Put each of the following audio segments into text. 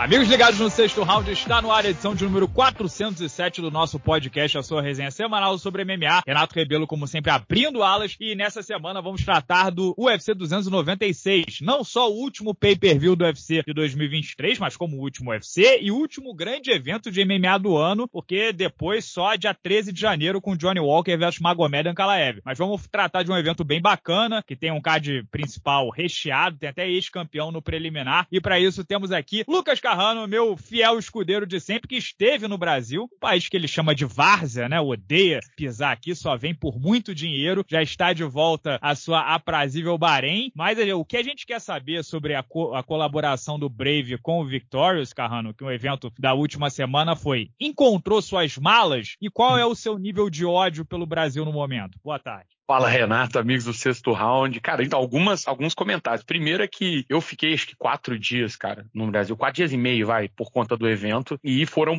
Amigos ligados no Sexto Round, está no ar a edição de número 407 do nosso podcast, a sua resenha semanal sobre MMA. Renato Rebelo, como sempre, abrindo alas, e nessa semana vamos tratar do UFC 296. Não só o último pay-per-view do UFC de 2023, mas como o último UFC e o último grande evento de MMA do ano, porque depois só dia 13 de janeiro com Johnny Walker versus Magomed Ankalaev. Mas vamos tratar de um evento bem bacana, que tem um card principal recheado, tem até ex-campeão no preliminar, e para isso temos aqui Lucas Carrano, meu fiel escudeiro de sempre, que esteve no Brasil, um país que ele chama de várzea, né? Odeia pisar aqui, só vem por muito dinheiro, já está de volta à sua aprazível Bahrein. Mas o que a gente quer saber sobre a colaboração do Brave com o Victorious, Carrano, que um evento da última semana foi: encontrou suas malas? E qual é o seu nível de ódio pelo Brasil no momento? Boa tarde. Fala, Renato, amigos do Sexto Round. Cara, então, alguns comentários. Primeiro é que eu fiquei, acho que 4 dias, cara, no Brasil. 4 dias e meio, por conta do evento. E foram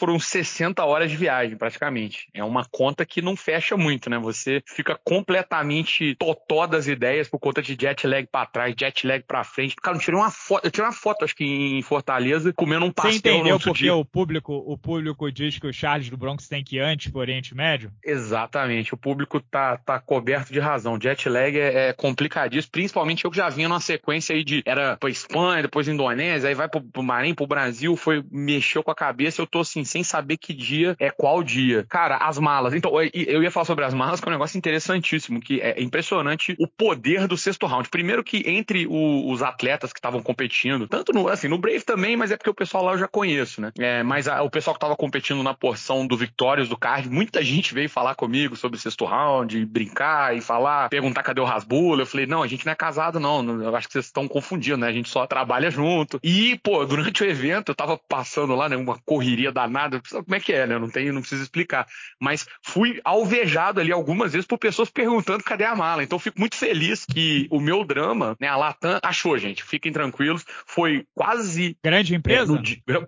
60 horas de viagem, praticamente. É uma conta que não fecha muito, né? Você fica completamente totó das ideias por conta de jet lag pra trás, jet lag pra frente. Cara, eu tirei uma foto, acho que em Fortaleza, comendo um pastel. Você entendeu no outro porque dia. o público diz que o Charles do Bronx tem que ir antes pro Oriente Médio? Exatamente, o público tá coberto de razão. Jet lag é complicadíssimo, principalmente eu que já vinha numa sequência aí era pra Espanha, depois Indonésia, aí vai pro Bahrein, pro Brasil, mexeu com a cabeça, eu tô assim, sem saber que dia é qual dia. Cara, as malas, então, eu ia falar sobre as malas, que é um negócio interessantíssimo, que é impressionante o poder do Sexto Round. Primeiro que entre os atletas que estavam competindo, tanto no Brave também, mas é porque o pessoal lá eu já conheço, né? Mas o pessoal que tava competindo na porção do Victorious, do card, muita gente veio falar comigo sobre o Sexto Round, brincar e falar, perguntar cadê o Hasbulla. Eu falei, não, a gente não é casado não, eu acho que vocês estão confundindo, né? A gente só trabalha junto. E, pô, durante o evento eu tava passando lá, né, uma correria danada, como é que é, né? Não preciso explicar. Mas fui alvejado ali algumas vezes por pessoas perguntando cadê a mala. Então eu fico muito feliz que o meu drama, né, a Latam achou, gente. Fiquem tranquilos. Foi quase... Grande empresa?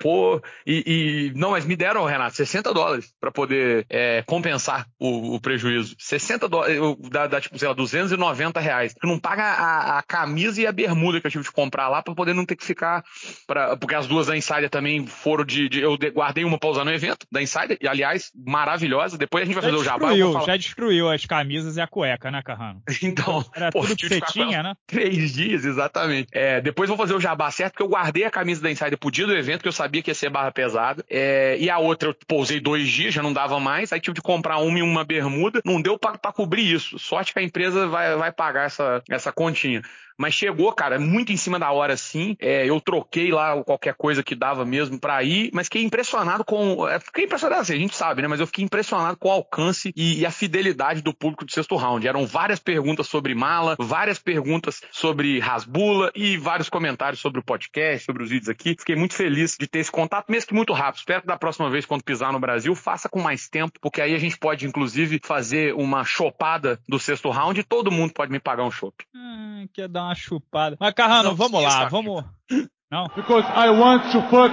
Não, mas me deram, Renato, $60 pra poder compensar o prejuízo. $60, dá tipo, sei lá, R$290. Tu não paga a camisa e a bermuda que eu tive de comprar lá pra poder não ter que ficar... porque as duas da Insider também foram eu guardei uma pra usar no evento da Insider, e aliás, maravilhosa. Depois a gente vai fazer o jabá. Já destruiu as camisas e a cueca, né, Carrano? Então, era tudo que você tinha, né? 3 dias, exatamente. Depois eu vou fazer o jabá certo, porque eu guardei a camisa da Insider pro dia do evento, que eu sabia que ia ser barra pesada. E a outra eu pousei 2 dias, já não dava mais. Aí tive de comprar uma e uma bermuda. Não deu pra cobrir isso. Sorte que a empresa vai pagar essa continha. Mas chegou, cara, muito em cima da hora, assim. Eu troquei lá qualquer coisa que dava mesmo pra ir, mas fiquei impressionado fiquei impressionado, assim, a gente sabe, né? Mas eu fiquei impressionado com o alcance e a fidelidade do público do Sexto Round. Eram várias perguntas sobre mala, várias perguntas sobre Hasbulla e vários comentários sobre o podcast, sobre os vídeos aqui. Fiquei muito feliz de ter esse contato, mesmo que muito rápido. Espero que da próxima vez, quando pisar no Brasil, faça com mais tempo, porque aí a gente pode, inclusive, fazer uma chopada do Sexto Round e todo mundo pode me pagar um chopp. Quer dar uma chupada. Mas, Carrano, vamos lá, vamos... Não? Because I want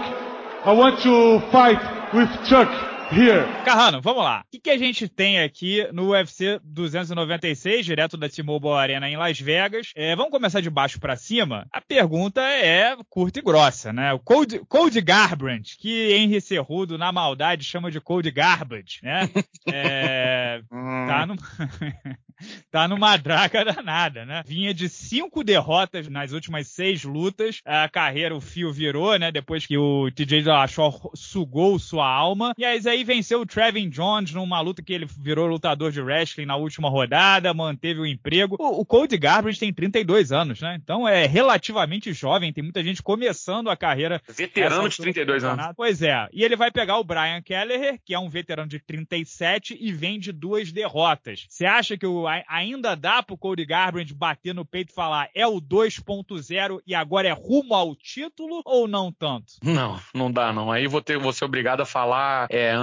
to fight with Chuck here. Carrano, vamos lá. O que a gente tem aqui no UFC 296, direto da T-Mobile Arena em Las Vegas? Vamos começar de baixo pra cima? A pergunta é curta e grossa, né? O Cody Garbrandt, que Henry Cejudo, na maldade, chama de Cody Garbage, né? Tá numa draga danada, né? Vinha de 5 derrotas nas últimas 6 lutas. A carreira, o fio virou, né? Depois que o TJ Dillashaw sugou sua alma. E aí venceu o Trevin Jones numa luta que ele virou lutador de wrestling na última rodada, manteve o emprego. O Cody Garbrandt tem 32 anos, né? Então é relativamente jovem, tem muita gente começando a carreira. Veterano de 32 anos. Pois é. E ele vai pegar o Brian Kelleher, que é um veterano de 37 e vem de 2 derrotas. Você acha que ainda dá pro Cody Garbrandt bater no peito e falar é o 2.0 e agora é rumo ao título ou não tanto? Não dá não. Aí vou ser obrigado a falar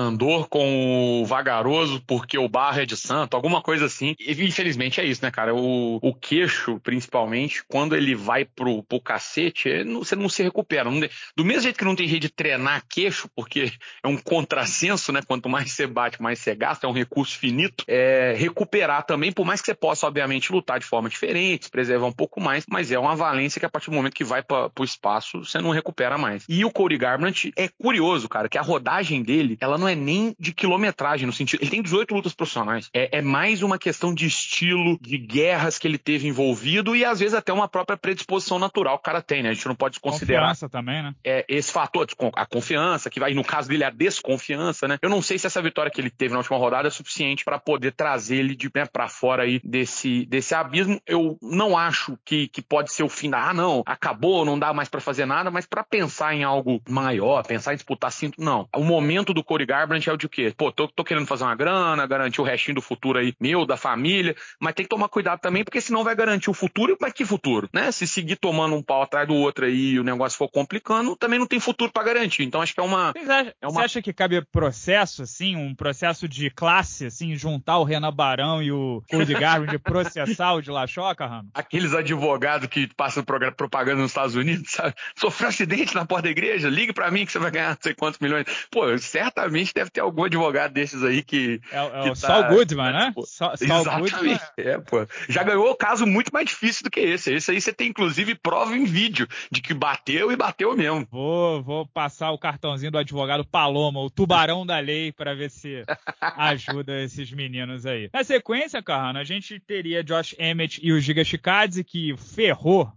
Andor com o Vagaroso porque o Barra é de santo, alguma coisa assim. E, infelizmente é isso, né, cara? O queixo, principalmente, quando ele vai pro cacete, você não se recupera. Do mesmo jeito que não tem jeito de treinar queixo, porque é um contrassenso, né? Quanto mais você bate, mais você gasta, é um recurso finito. Recuperar também, por mais que você possa, obviamente, lutar de forma diferente, preservar um pouco mais, mas é uma valência que a partir do momento que vai pro espaço, você não recupera mais. E o Cody Garbrandt é curioso, cara, que a rodagem dele, ela não é nem de quilometragem, no sentido, ele tem 18 lutas profissionais. É mais uma questão de estilo, de guerras que ele teve envolvido e às vezes até uma própria predisposição natural que o cara tem, né? A gente não pode desconsiderar. Confiança também, né? Esse fator, a confiança, que vai, no caso dele, a desconfiança, né? Eu não sei se essa vitória que ele teve na última rodada é suficiente para poder trazer ele pra fora aí desse abismo. Eu não acho que pode ser o fim não, acabou, não dá mais para fazer nada, mas para pensar em algo maior, pensar em disputar cinto, não. O momento do Cody Garbrandt é o de quê? Pô, tô querendo fazer uma grana, garantir o restinho do futuro aí meu, da família, mas tem que tomar cuidado também, porque senão vai garantir o futuro, mas que futuro, né? Se seguir tomando um pau atrás do outro aí e o negócio for complicando, também não tem futuro para garantir. Então acho que Você acha que cabe processo, assim, um processo de classe, assim, juntar o Renan Barão e o Cody Garbrandt e processar o Dillashaw, Carrano? Aqueles advogados que passam propaganda nos Estados Unidos, sabe? Sofreu acidente na porta da igreja, ligue pra mim que você vai ganhar não sei quantos milhões. Pô, certamente deve ter algum advogado desses aí que o Saul Goodman, né? Exatamente. Goodman. Pô. Já ganhou o caso muito mais difícil do que esse. Esse aí você tem, inclusive, prova em vídeo de que bateu e bateu mesmo. Vou passar o cartãozinho do advogado Paloma, o tubarão da lei, para ver se ajuda esses meninos aí. Na sequência, Carrano, a gente teria Josh Emmett e o Giga Chikadze, que ferrou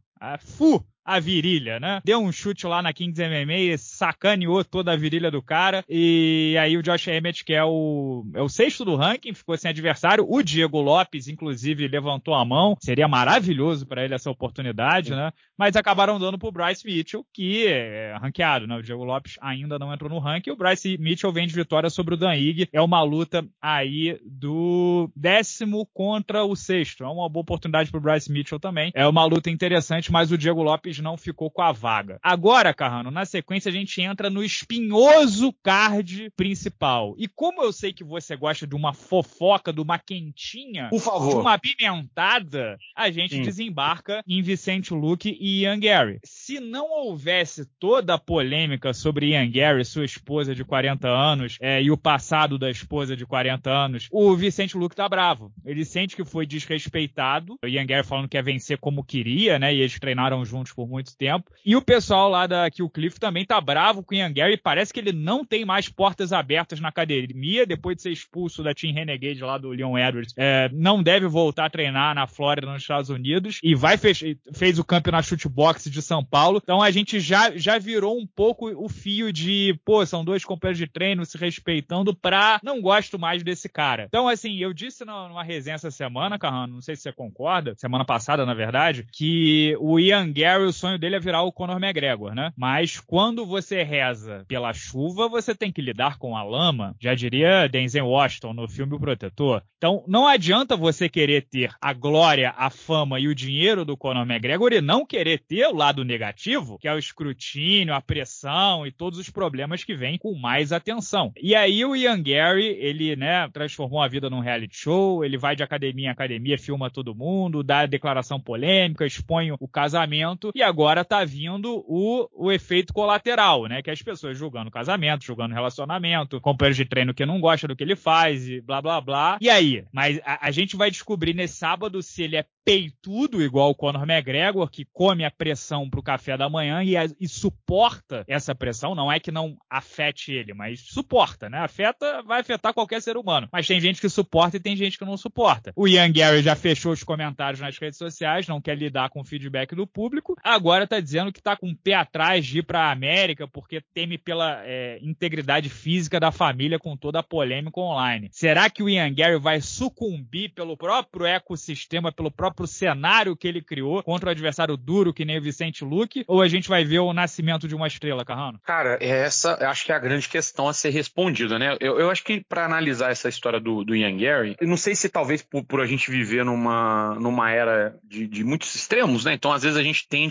a virilha, né? Deu um chute lá na Kings MMA, sacaneou toda a virilha do cara, e aí o Josh Emmett, que é o sexto do ranking, ficou sem adversário. O Diego Lopes, inclusive, levantou a mão. Seria maravilhoso para ele essa oportunidade, né? Mas acabaram dando pro Bryce Mitchell, que é ranqueado, né? O Diego Lopes ainda não entrou no ranking. O Bryce Mitchell vem de vitória sobre o Dan Higg. É uma luta aí do 10º contra o 6º. É uma boa oportunidade pro Bryce Mitchell também. É uma luta interessante, mas o Diego Lopes não ficou com a vaga. Agora, Carrano, na sequência a gente entra no espinhoso card principal. E como eu sei que você gosta de uma fofoca, de uma quentinha, por favor, de uma apimentada, a gente desembarca em Vicente Luque e Ian Garry. Se não houvesse toda a polêmica sobre Ian Garry, sua esposa de 40 anos, e o passado da esposa de 40 anos, o Vicente Luque tá bravo. Ele sente que foi desrespeitado. O Ian Garry falando que ia vencer como queria, né? E eles treinaram juntos por muito tempo. E o pessoal lá da Kill Cliff também tá bravo com o Ian Garry. Parece que ele não tem mais portas abertas na academia depois de ser expulso da Team Renegade lá do Leon Edwards. Não deve voltar a treinar na Flórida, nos Estados Unidos. E fez o camp na Shootbox de São Paulo. Então a gente já virou um pouco o fio de, são dois companheiros de treino se respeitando pra não gosto mais desse cara. Então, assim, eu disse numa resenha essa semana, Carrano, não sei se você concorda, semana passada, na verdade, que o Ian Garry, o sonho dele é virar o Conor McGregor, né? Mas quando você reza pela chuva, você tem que lidar com a lama. Já diria Denzel Washington no filme O Protetor. Então, não adianta você querer ter a glória, a fama e o dinheiro do Conor McGregor e não querer ter o lado negativo, que é o escrutínio, a pressão e todos os problemas que vêm com mais atenção. E aí o Ian Garry, ele, né, transformou a vida num reality show, ele vai de academia em academia, filma todo mundo, dá declaração polêmica, expõe o casamento, e agora tá vindo o efeito colateral, né, que é as pessoas julgando o casamento, julgando o relacionamento, companheiros de treino que não gostam do que ele faz, e blá blá blá. E aí? Mas a gente vai descobrir nesse sábado se ele é peitudo igual o Conor McGregor, que come a pressão pro café da manhã e suporta essa pressão. Não é que não afete ele, mas suporta, né? Vai afetar qualquer ser humano. Mas tem gente que suporta e tem gente que não suporta. O Ian Garry já fechou os comentários nas redes sociais, não quer lidar com o feedback do público. Agora tá dizendo que tá com o pé atrás de ir pra América porque teme pela integridade física da família com toda a polêmica online. Será que o Ian Garry vai sucumbir pelo próprio ecossistema, pelo próprio cenário que ele criou contra o adversário duro que nem o Vicente Luque? Ou a gente vai ver o nascimento de uma estrela, Carrano? Cara, essa acho que é a grande questão a ser respondida, né? Eu acho que para analisar essa história do Ian Garry, eu não sei se talvez por a gente viver numa era de muitos extremos, né? Então às vezes a gente tende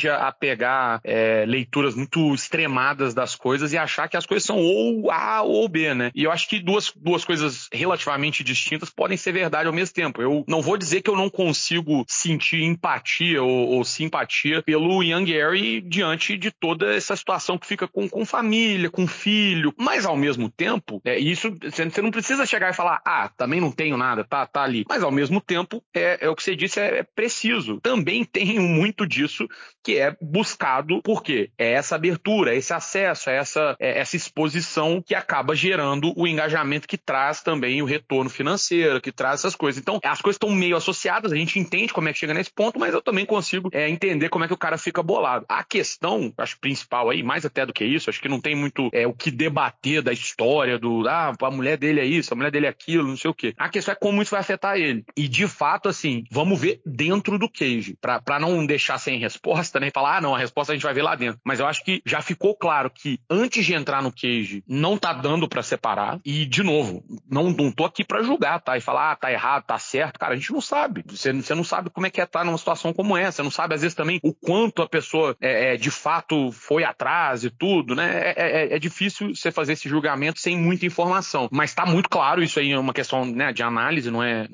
tende a pegar leituras muito extremadas das coisas e achar que as coisas são ou A ou B, né? E eu acho que duas coisas relativamente distintas podem ser verdade ao mesmo tempo. Eu não vou dizer que eu não consigo sentir empatia ou simpatia pelo Ian Gary diante de toda essa situação que fica com família, com filho, mas ao mesmo tempo, isso você não precisa chegar e falar, também não tenho nada, tá ali. Mas ao mesmo tempo, é o que você disse, é preciso. Também tem muito disso que é buscado, porque é essa abertura, esse acesso, essa exposição que acaba gerando o engajamento que traz também o retorno financeiro, que traz essas coisas. Então, as coisas estão meio associadas, a gente entende como é que chega nesse ponto, mas eu também consigo entender como é que o cara fica bolado. A questão, acho principal aí, mais até do que isso, acho que não tem muito o que debater da história a mulher dele é isso, a mulher dele é aquilo, não sei o quê. A questão é como isso vai afetar ele. E, de fato, assim, vamos ver dentro do Cage, pra não deixar sem resposta, né, e falar, não, a resposta a gente vai ver lá dentro. Mas eu acho que já ficou claro que antes de entrar no Cage, não tá dando pra separar. E, de novo, não tô aqui pra julgar, tá? E falar, tá errado, tá certo. Cara, a gente não sabe. Você não sabe como é que estar numa situação como essa. Você não sabe, às vezes, também o quanto a pessoa, de fato, foi atrás e tudo, né? É difícil você fazer esse julgamento sem muita informação. Mas tá muito claro, isso aí é uma questão, né, de análise, não é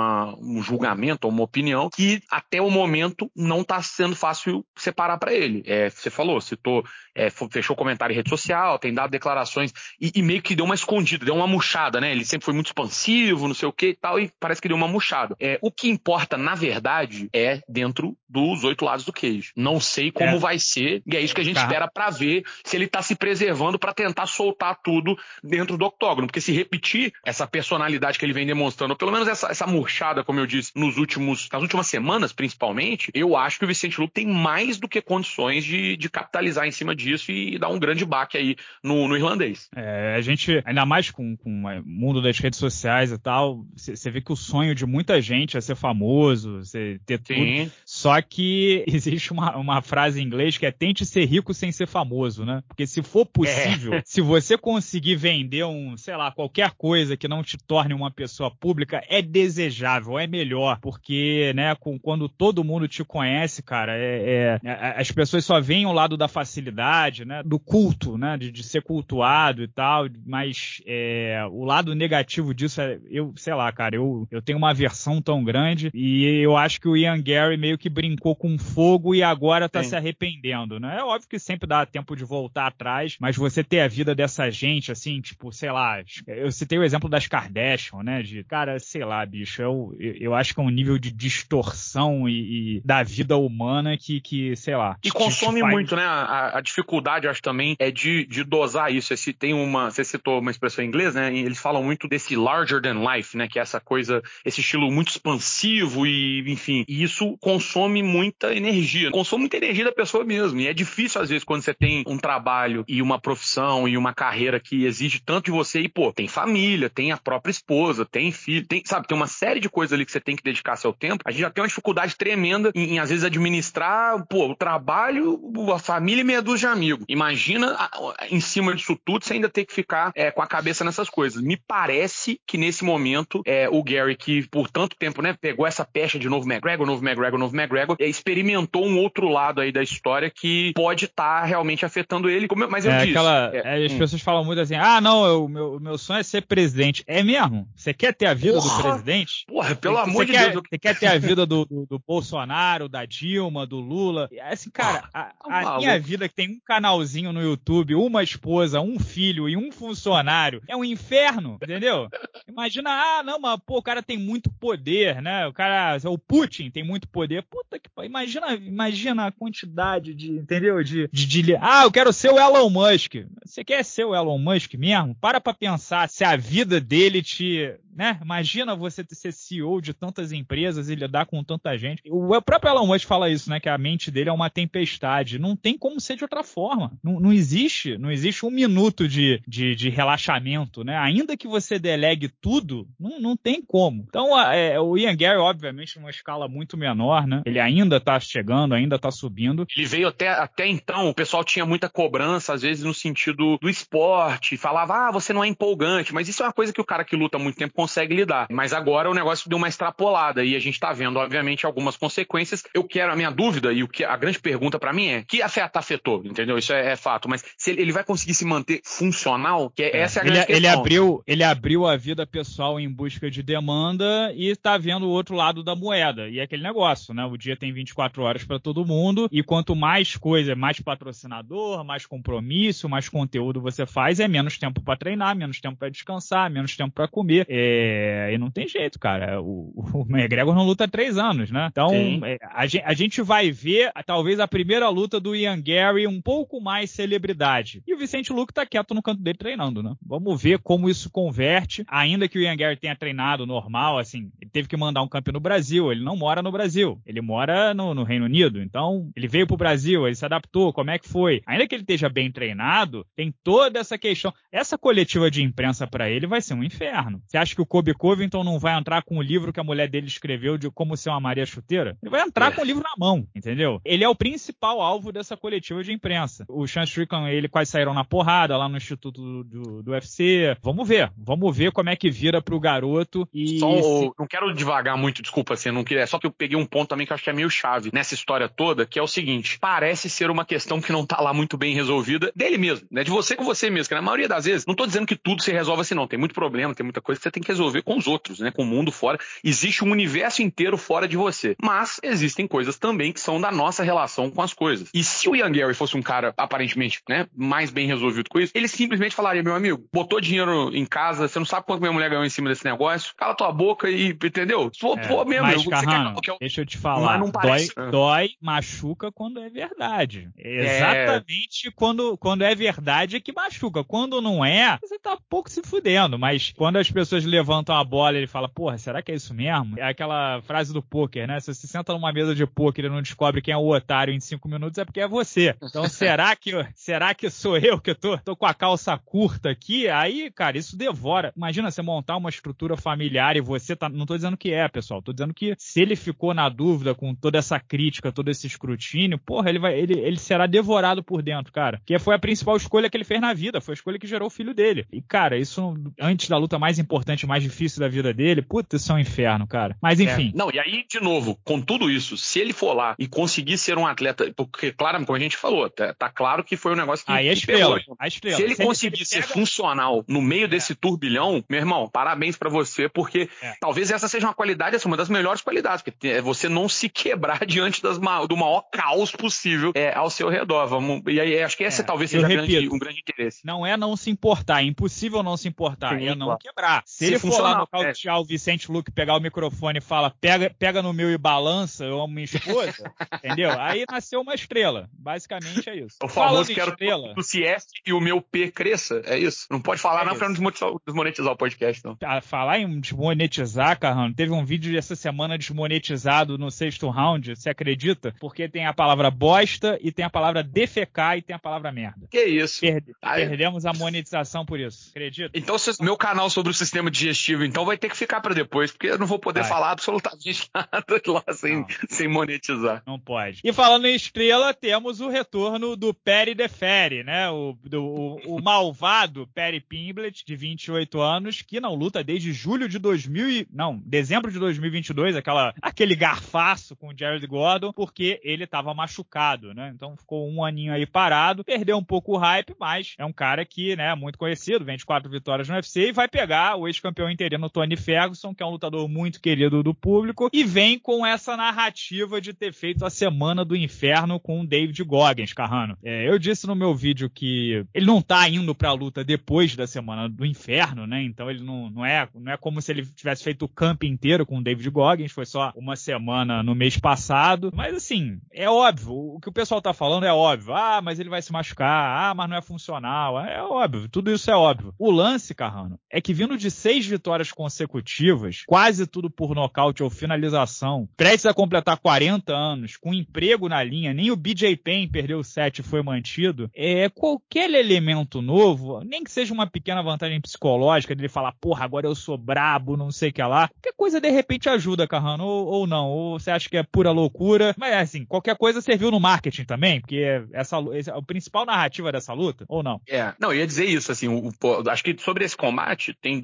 um julgamento ou uma opinião, que até o momento não tá sendo fácil separar pra ele. Você falou, citou, fechou comentário em rede social, tem dado declarações e meio que deu uma escondida, deu uma murchada, né? Ele sempre foi muito expansivo, não sei o que e tal, e parece que deu uma murchada. O que importa, na verdade, é dentro dos 8 lados do Cage. Não sei como vai ser, e é isso que a gente espera pra ver se ele tá se preservando pra tentar soltar tudo dentro do octógono, porque se repetir essa personalidade que ele vem demonstrando, ou pelo menos essa murchada, como eu disse, nas últimas semanas, principalmente, eu acho que o Vicente Luque tem mais do que condições de capitalizar em cima disso e dar um grande baque aí no irlandês. A gente, ainda mais com o mundo das redes sociais e tal, você vê que o sonho de muita gente é ser famoso, você ter tudo. Só que existe uma frase em inglês que é tente ser rico sem ser famoso, né? Porque se for possível, se você conseguir vender qualquer coisa que não te torne uma pessoa pública, é desejável, é melhor, porque, né, quando todo mundo te conhece, cara, as pessoas só veem o lado da facilidade, né, do culto, né, de ser cultuado e tal, mas o lado negativo disso eu tenho uma aversão tão grande e eu acho que o Ian Gary meio que brincou com fogo e agora tá se arrependendo, né? É óbvio que sempre dá tempo de voltar atrás, mas você ter a vida dessa gente, assim, tipo, sei lá, eu citei o exemplo das Kardashian, né, de, cara, sei lá, bicho, eu acho que é um nível de distorção e da vida humana que sei lá. E consome muito, né? A dificuldade, eu acho, também é de dosar isso. Você citou uma expressão em inglês, né? Eles falam muito desse larger than life, né? Que é essa coisa, esse estilo muito expansivo e, enfim, e isso consome muita energia. Consome muita energia da pessoa mesmo. E é difícil, às vezes, quando você tem um trabalho e uma profissão e uma carreira que exige tanto de você e, pô, tem família, tem a própria esposa, tem filho, tem uma série de coisas ali que você tem que dedicar seu tempo. A gente já tem uma dificuldade tremenda em às vezes, administrar, o trabalho, a família e meia dúzia de amigos. Imagina, em cima disso tudo, você ainda ter que ficar com a cabeça nessas coisas. Me parece que, nesse momento, o Gary, que por tanto tempo, né, pegou essa pecha de novo McGregor, experimentou um outro lado aí da história que pode estar realmente afetando ele. Mas eu disse... As pessoas falam muito assim, o meu sonho é ser presidente. É mesmo? Você quer ter a vida do presidente? Porra, pelo amor de Deus. Você quer ter a vida do Bolsonaro, da Dilma, do Lula? Assim, cara, a minha vida, que tem um canalzinho no YouTube, uma esposa, um filho e um funcionário, é um inferno, entendeu? Imagina, mas o cara tem muito poder, né? O Putin tem muito poder. Puta que pariu. Imagina a quantidade de, entendeu? Eu quero ser o Elon Musk. Você quer ser o Elon Musk mesmo? Para pensar se a vida dele né? Imagina você ser CEO de tantas empresas e lidar com tanta gente. O próprio Elon Musk fala isso, né? Que a mente dele é uma tempestade. Não tem como ser de outra forma. Não existe um minuto de relaxamento, né? Ainda que você delegue tudo, não tem como. Então, o Ian Gary, obviamente, numa escala muito menor, né? Ele ainda tá chegando, ainda tá subindo. Ele veio até então, o pessoal tinha muita cobrança, às vezes no sentido do esporte, falava, você não é empolgante, mas isso é uma coisa que o cara que luta há muito tempo consegue lidar. Mas agora o negócio deu uma extrapolada e a gente tá vendo, obviamente, algumas consequências. A minha dúvida e a grande pergunta pra mim é, que afetou, entendeu? Isso é fato, mas se ele vai conseguir se manter funcional, essa é a grande questão. Ele abriu a vida pessoal em busca de demanda e tá vendo o outro lado da moeda. E é aquele negócio, né? O dia tem 24 horas pra todo mundo e quanto mais coisa, mais patrocinador, mais compromisso, mais conteúdo você faz, é menos tempo pra treinar, menos tempo pra descansar, menos tempo pra comer. E não tem jeito, cara. O McGregor não luta há 3 anos, né? Então, a gente vai ver, talvez, a primeira luta do Ian Gary um pouco mais celebridade. E o Vicente Luque tá quieto no canto dele treinando, né? Vamos ver como isso converte. Ainda que o Ian Gary tenha treinado normal, assim, ele teve que mandar um campeão no Brasil. Ele não mora no Brasil. Ele mora no Reino Unido. Então, ele veio pro Brasil, ele se adaptou. Como é que foi? Ainda que ele esteja bem treinado, tem toda essa questão. Essa coletiva de imprensa pra ele vai ser um inferno. Você acha que o Colby Covington não vai entrar com o livro que a mulher dele escreveu de como ser uma Maria Chuteira? Ele vai entrar com o livro na mão, entendeu? Ele é o principal alvo dessa coletiva de imprensa. O Sean Strickland e ele quase saíram na porrada lá no Instituto do UFC. Vamos ver como é que vira pro garoto e... Não quero devagar muito, desculpa, assim, não queria, só que eu peguei um ponto também que eu acho que é meio chave nessa história toda, que é o seguinte, parece ser uma questão que não tá lá muito bem resolvida dele mesmo, né, de você com você mesmo, que na maioria das vezes, não tô dizendo que tudo se resolve assim não, tem muito problema, tem muita coisa que você tem que resolver com os outros, né, com o mundo fora, existe um universo inteiro fora de você, mas existem coisas também que são da nossa relação com as coisas, e se o Ian Gary fosse um cara, aparentemente, né, mais bem resolvido com isso, ele simplesmente falaria, meu amigo, botou dinheiro em casa, você não sabe quanto minha mulher ganhou em cima desse negócio, cala tua boca e, entendeu? Pô, mesmo, mas, Carrano, deixa eu te falar, não parece... dói, machuca quando é verdade. Exatamente quando é verdade é que machuca. Quando não é, você tá pouco se fudendo, mas quando as pessoas levantam a bola e ele fala, porra, será que é isso mesmo? É aquela frase do pôquer, né? Se você senta numa mesa de pôquer e não descobre quem é o otário em 5 minutos, é porque é você. Então, será que sou eu que tô com a calça curta aqui? Aí, cara, isso devora. Imagina você montar uma estrutura familiar e você tá... Não tô dizendo que pessoal. Tô dizendo que se ele ficou na dúvida com toda essa crítica, todo esse escrutínio, porra, ele será devorado por dentro, cara. Que foi a principal escolha que ele fez na vida. Foi a escolha que gerou o filho dele. E, cara, isso antes da luta mais importante, mais difícil da vida dele, puta, isso é um inferno, cara. Mas, enfim. Não, e aí, de novo, com tudo isso, se ele for lá e conseguir ser um atleta, porque, claro, como a gente falou, tá claro que foi um negócio que... Aí a estrela. Se ele conseguir ser funcional no meio desse turbilhão, meu irmão, parabéns pra você, porque talvez essa seja uma qualidade, essa é uma das melhores qualidades, porque é você não se quebrar diante do maior caos possível ao seu redor. E aí, acho que essa talvez seja um grande interesse. Não é não se importar, é impossível não se importar, Sim, é não quebrar. Se ele for lá nocautear o Vicente Luque, pegar o microfone e fala, pega no meu e balança, eu amo minha esposa, entendeu? Aí nasceu uma estrela. Basicamente é isso. O famoso quero que o CS e o meu P cresça, é isso? Não pode falar não pra não desmonetizar o podcast, não. Falar em desmonetizar, Carrano, teve um vídeo essa semana desmonetizado no 6º round, você acredita? Porque tem a palavra bosta e tem a palavra defecar e tem a palavra merda. Que isso? Perdemos a monetização por isso, acredita? Então, meu canal sobre o sistema digestivo, então vai ter que ficar pra depois, porque eu não vou poder falar absolutamente nada lá sem monetizar. Não pode. E falando em estrela, temos o retorno do Perry DeFeri, né? O malvado Perry Pimblett, de 28 anos, que não luta desde dezembro de 2022, aquele garfaço com o Jared Gordon, porque ele tava machucado, né? Então ficou um aninho aí parado, perdeu um pouco o hype, mas é um cara que, né, é muito conhecido, 24 vitórias no UFC e vai pegar o ex-campeão interino Tony Ferguson, que é um lutador muito querido do público, e vem com essa narrativa de ter feito a semana do inferno com o David Goggins, Carrano. Eu disse no meu vídeo que ele não tá indo pra luta depois da semana do inferno, né? Então ele não é como se ele tivesse feito o camp inteiro com o David Goggins, foi só uma semana no mês passado. Mas assim, é óbvio, o que o pessoal tá falando é óbvio. Mas ele vai se machucar, mas não é funcional. É óbvio, tudo isso é óbvio. O lance, Carrano, é que vindo de 6 vitórias consecutivas, quase tudo por nocaute ou finalização, prestes a completar 40 anos, com emprego na linha, nem o BJ Penn perdeu 7 e foi mantido, qualquer elemento novo, nem que seja uma pequena vantagem psicológica dele falar, porra, agora eu sou brabo, não sei o que lá, qualquer coisa de repente ajuda, Carrano, ou não, ou você acha que é pura loucura, mas assim, qualquer coisa serviu no marketing também, porque a principal narrativa dessa luta, ou não? Não, eu ia dizer isso, assim, acho que sobre esse combate tem dois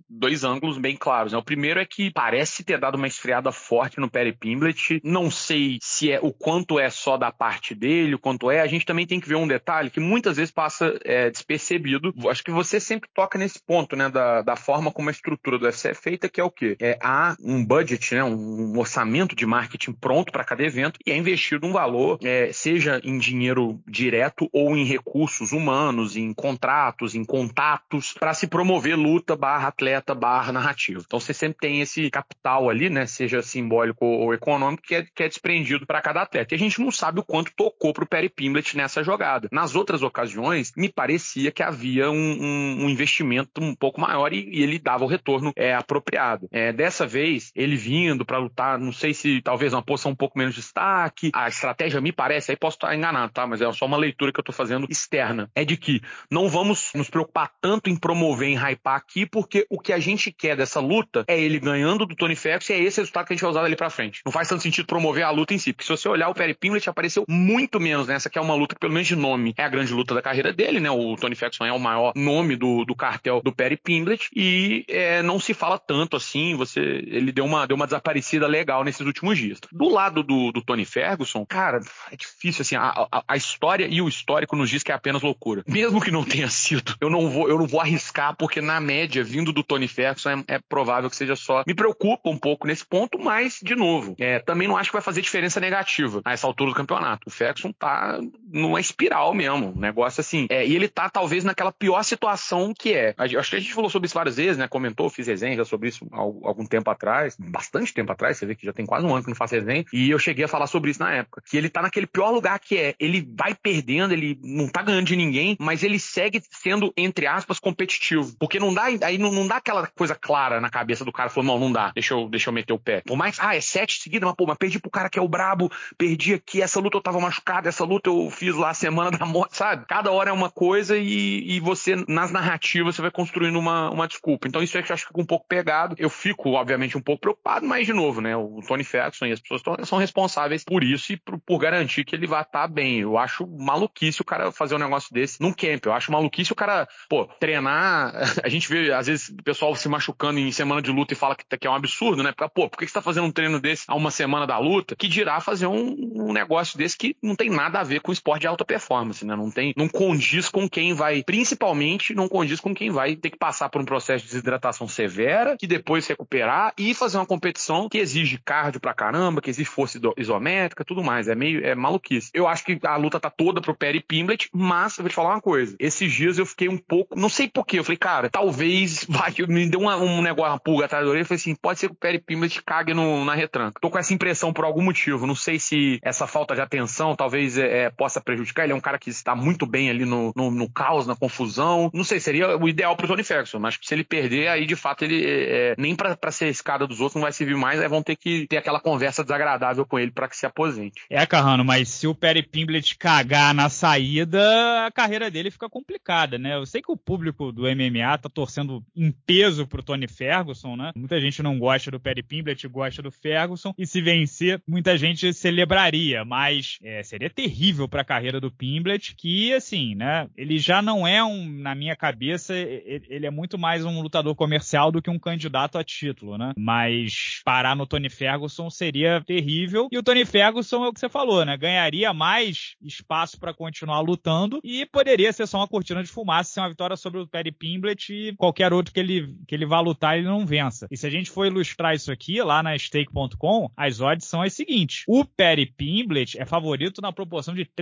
dois ângulos bem claros, né? O primeiro é que parece ter dado uma esfriada forte no Perry Pimblett. Não sei se é o quanto é só da parte dele, o quanto é. A gente também tem que ver um detalhe que muitas vezes passa despercebido. Acho que você sempre toca nesse ponto, né? Da forma como a estrutura do UFC é feita, que é o quê? Há um budget, né? Um orçamento de marketing pronto para cada evento e é investido um valor, seja em dinheiro direto ou em recursos humanos, em contratos, em contatos, para se promover luta / atleta / narrativa. Então você sempre tem esse capital ali, né? Seja simbólico ou econômico, que é desprendido para cada atleta. E a gente não sabe o quanto tocou pro Perry Pimblett nessa jogada. Nas outras ocasiões, me parecia que havia um investimento um pouco maior e ele dava o retorno apropriado. Dessa vez, ele vindo para lutar, não sei se talvez uma posição um pouco menos de destaque, a estratégia me parece, aí posso estar enganado, tá? Mas é só uma leitura que eu tô fazendo externa. É de que não vamos nos preocupar tanto em promover, em hypar aqui, porque o que a gente quer dessa luta é ele ganhando do Tony Ferguson e é esse resultado que a gente vai usar dali pra frente. Não faz tanto sentido promover a luta em si, porque se você olhar o Perry Pimblett apareceu muito menos nessa, que é uma luta que pelo menos de nome é a grande luta da carreira dele, né? O Tony Ferguson é o maior nome do cartel do Perry Pimblett e não se fala tanto assim, ele deu uma desaparecida legal nesses últimos dias. Do lado do Tony Ferguson, cara, é difícil assim, a história e o histórico nos diz que é apenas loucura. Mesmo que não tenha sido, eu não vou arriscar, porque na média, vindo do Tony Ferguson, é provável que seja só. Me preocupa um pouco nesse ponto, mas, de novo, também não acho que vai fazer diferença negativa a essa altura do campeonato. O Ferguson tá numa espiral mesmo, um negócio assim. E ele tá, talvez, naquela pior situação que é. Acho que a gente falou sobre isso várias vezes, né? Comentou, fiz resenha já sobre isso há algum tempo atrás, bastante tempo atrás, você vê que já tem quase um ano que não faço resenha, e eu cheguei a falar sobre isso na época, que ele tá naquele pior lugar que ele vai perdendo, ele não tá ganhando de ninguém, mas ele segue sendo, entre aspas, competitivo, porque não dá, aí não dá aquela coisa clara na cabeça do cara, falou, não dá, deixa eu meter o pé. Por mais, é 7 seguidas, mas perdi pro cara que é o brabo, perdi aqui, essa luta eu tava machucado, essa luta eu fiz lá a semana da morte, sabe? Cada hora é uma coisa e você, nas narrativas, você vai construindo uma desculpa. Então isso é que eu acho que fica um pouco pegado. Eu fico, obviamente, um pouco preocupado, mas, de novo, né, o Tony Ferguson e as pessoas são responsáveis por isso e por garantir que ele vai estar bem. Eu acho maluquice o cara fazer um negócio desse num camp. Eu acho maluquice o cara, treinar. A gente vê, às vezes, o pessoal se machucando em semana de luta e fala que é um absurdo, né? Porque, por que você tá fazendo um treino desse a uma semana da luta? Que dirá fazer um negócio desse que não tem nada a ver com esporte de alta performance, né? Não condiz com quem vai, principalmente, não condiz com quem vai ter que passar por um processo de desidratação severa, que depois recuperar e fazer uma competição que exige cardio pra caramba, que exige força isométrica, tudo mais. É maluquice. Eu acho que a luta tá toda pro Perry Pimblett, mas eu vou te falar uma coisa. Esses dias eu fiquei um pouco, não sei porquê, eu falei, cara, talvez me deu um negócio, uma pulga atrás da orelha, eu falei assim, pode ser que o Perry Pimblett cague na retranca. Tô com essa impressão por algum motivo, não sei se essa falta de atenção talvez possa prejudicar, ele é um cara que está muito bem ali no caos, na confusão, não sei, seria o ideal pro Tony Ferguson, mas se ele perder, aí de fato ele nem pra ser escada dos outros não vai servir mais, aí vão ter que ter aquela conversa desagradável com ele pra que se aposente. Carrano, mas se o Perry Pimblett cagar na saída, a carreira dele fica complicada, né? Eu sei que o público do MMA tá torcendo em peso pro Tony Ferguson, né? Muita gente não gosta do Perry Pimblett, gosta do Ferguson, e se vencer, muita gente celebraria, mas seria terrível pra carreira do Pimblett, que, assim, né? Ele já não é na minha cabeça, ele é muito mais um lutador comercial do que um candidato a título, né? Mas parar no Tony Ferguson seria terrível, e o Tony Ferguson é o que você falou, né? Ganharia mais espaço pra continuar lutando e poderia ser só uma cortina de fumaça, ser uma vitória sobre o Perry Pimblett e qualquer outro que ele vá lutar ele não vença. E se a gente for ilustrar isso aqui, lá na stake.com, as odds são as seguintes. O Perry Pimblett é favorito na proporção de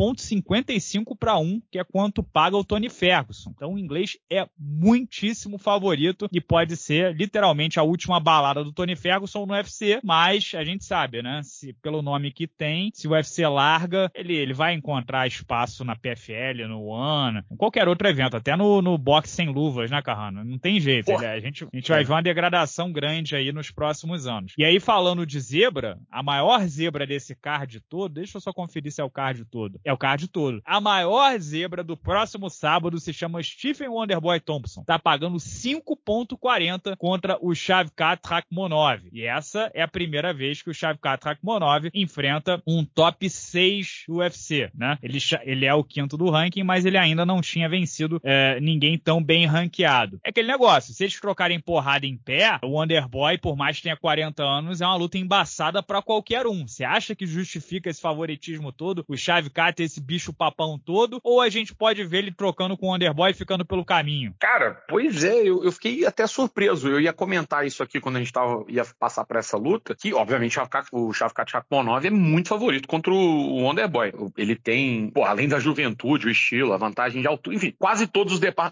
3,55 para 1, que é quanto paga o Tony Ferguson. Então o inglês é muitíssimo favorito e pode ser literalmente a última balada do Tony Ferguson no UFC, mas a gente sabe, né? Pelo nome que tem, se o UFC larga, ele vai encontrar espaço na PFL, no ONE, em qualquer outro evento, até no boxe sem luvas, né, Carrano? Não tem jeito. A gente vai ver uma degradação grande aí nos próximos anos. E aí, falando de zebra, a maior zebra desse card todo, deixa eu só conferir se é o card todo. todo. É o card todo. A maior zebra do próximo sábado se chama Stephen Wonderboy Thompson. Tá pagando 5,40 contra o Shavkat Rakhmonov. E essa é a primeira vez que o Shavkat Rakhmonov enfrenta um top 6 UFC, né? Ele é o quinto do ranking, mas ele ainda não tinha vencido ninguém tão bem ranqueado. É aquele negócio, se eles trocarem porrada em pé, o Wonderboy, por mais que tenha 40 anos, é uma luta embaçada pra qualquer um. Você acha que justifica esse favoritismo todo, o Shavkat, esse bicho papão todo, ou a gente pode ver ele trocando com o Wonderboy e ficando pelo caminho? Cara, pois é, eu fiquei até surpreso. Eu ia comentar isso aqui quando a gente ia passar pra essa luta, que obviamente o Shavkat Rakhmonov é muito favorito contra o Wonderboy. Ele tem, além da juventude, o estilo, a vantagem de altura, enfim, quase todos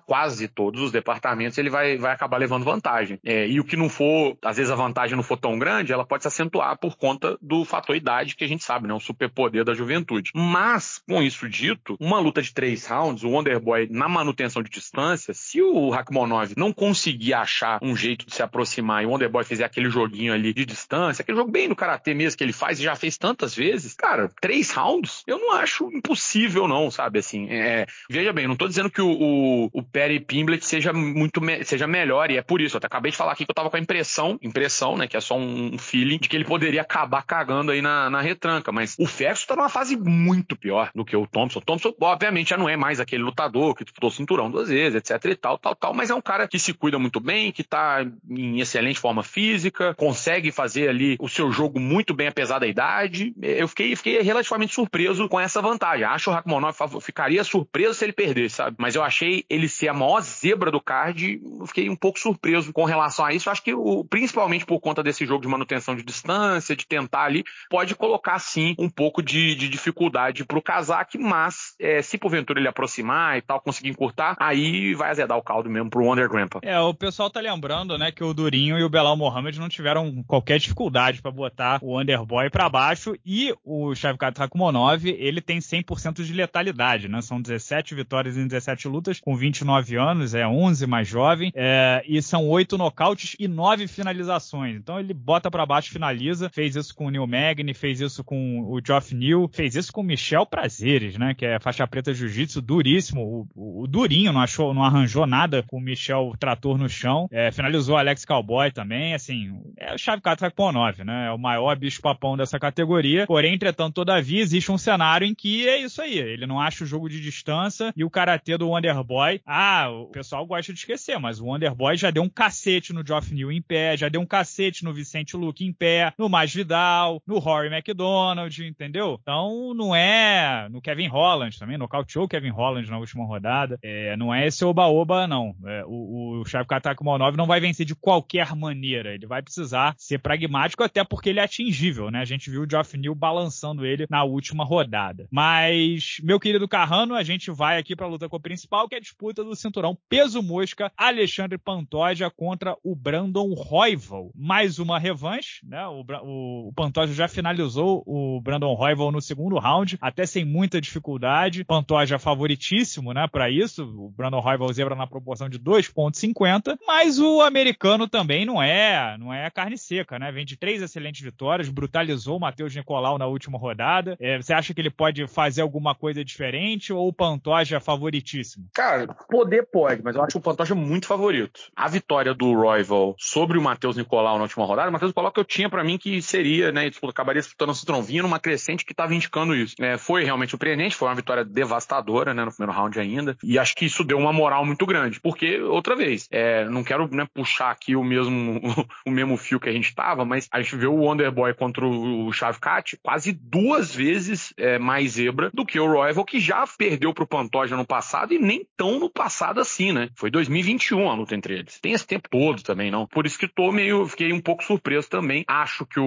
os departamentos ele vai acabar levando vantagem. E o que não for, às vezes a vantagem não for tão grande, ela pode se acentuar por conta do fator idade, que a gente sabe, né? O superpoder da juventude. Mas, com isso dito, uma luta de 3 rounds, o Wonderboy na manutenção de distância, se o Rakhmonov não conseguir achar um jeito de se aproximar e o Wonderboy fizer aquele joguinho ali de distância, aquele jogo bem no karatê mesmo que ele faz e já fez tantas vezes, cara, 3 rounds, eu não acho impossível não, sabe, assim, veja bem, não tô dizendo que o Perry Pimblett seja melhor, e é por isso, eu até acabei de falar aqui que eu tava com a impressão, né, que é só um feeling de que ele poderia acabar cagando aí na retranca, mas o Ferguson tá numa fase muito pior do que o Thompson. O Thompson, obviamente, já não é mais aquele lutador que disputou o cinturão 2 vezes, etc e tal, mas é um cara que se cuida muito bem, que tá em excelente forma física, consegue fazer ali o seu jogo muito bem apesar da idade. Eu fiquei relativamente surpreso com essa vantagem. Acho o Rakhmonov ficaria surpreso se ele perdesse, sabe? Mas eu achei ele ser a maior zebra do card, eu fiquei um pouco surpreso com relação a isso. Eu acho que principalmente por conta desse jogo de manutenção de distância, de tentar ali, pode colocar sim um pouco de dificuldade pro Kazakh, mas se porventura ele aproximar e tal, conseguir encurtar, aí vai azedar o caldo mesmo pro Wonder Grandpa. O pessoal tá lembrando, né, que o Durinho e o Belal Mohamed não tiveram qualquer dificuldade pra botar o Wonderboy pra baixo, e o Shavkat Rakhmonov, ele tem 100% de letalidade, né? São 17 vitórias em 17 lutas, com 29 anos, 11 mais jovem, e são 8 nocautes e 9 finalizações. Então ele bota pra baixo e finaliza. Fez isso com o Neil Magny, fez isso com o Geoff Neal, fez isso com o Michel Prazeres, né? Que é faixa preta jiu-jitsu, duríssimo. O Durinho não arranjou nada com o Michel Trator no chão. Finalizou o Alex Cowboy também, assim, é o Shavkat Rakhmonov, né? É o maior bicho-papão dessa categoria. Porém, entretanto, todavia, existe um cenário em que é isso aí. Ele não acha o jogo de distância e o karatê do Wonderboy, o pessoal gosta de esquecer, mas o Wonderboy já deu um cacete no Geoff Neal em pé, já deu um cacete no Vicente Luque em pé, no Masvidal, no Rory McDonald, entendeu? Então, não é no Kevin Holland também, nocauteou o Kevin Holland na última rodada. Não é esse oba-oba, não. O Shavkat Rakhmonov não vai vencer de qualquer maneira. Ele vai precisar ser pragmático, até porque ele é atingível, né? A gente viu o Geoff Neal balançando ele na última rodada. Mas, meu querido Carrano, a gente vai aqui pra luta com o principal, que é a disputa do cinturão peso mosca, Alexandre Pantoja contra o Brandon Royval. Mais uma revanche, né? O Pantoja já finalizou o Brandon Royval no segundo round, até sem muita dificuldade. Pantoja favoritíssimo, né, pra isso. O Brandon Royval zebra na proporção de 2,50, mas o americano também não é carne seca, né? Vem de 3 excelentes vitórias, brutalizou o Matheus Nicolau na última rodada. Você acha que ele pode fazer alguma coisa diferente ou o Pantoja favoritíssimo? Cara, pode, mas eu acho o Pantoja muito favorito. A vitória do Royval sobre o Matheus Nicolau na última rodada, o Matheus Nicolau que eu tinha pra mim que seria, né, acabaria disputando o cinturão, vinha numa crescente que tava indicando isso. Foi realmente surpreendente, foi uma vitória devastadora, né, no primeiro round ainda, e acho que isso deu uma moral muito grande, porque, outra vez, não quero, né, puxar aqui o mesmo fio que a gente tava, mas a gente vê o Wonderboy contra o Shavkat quase 2 vezes mais zebra do que o Royval, que já perdeu pro Pantoja no passado, e nem tão no passado assim, né? Foi 2021 a luta entre eles. Tem esse tempo todo também, não? Por isso que fiquei um pouco surpreso também. Acho que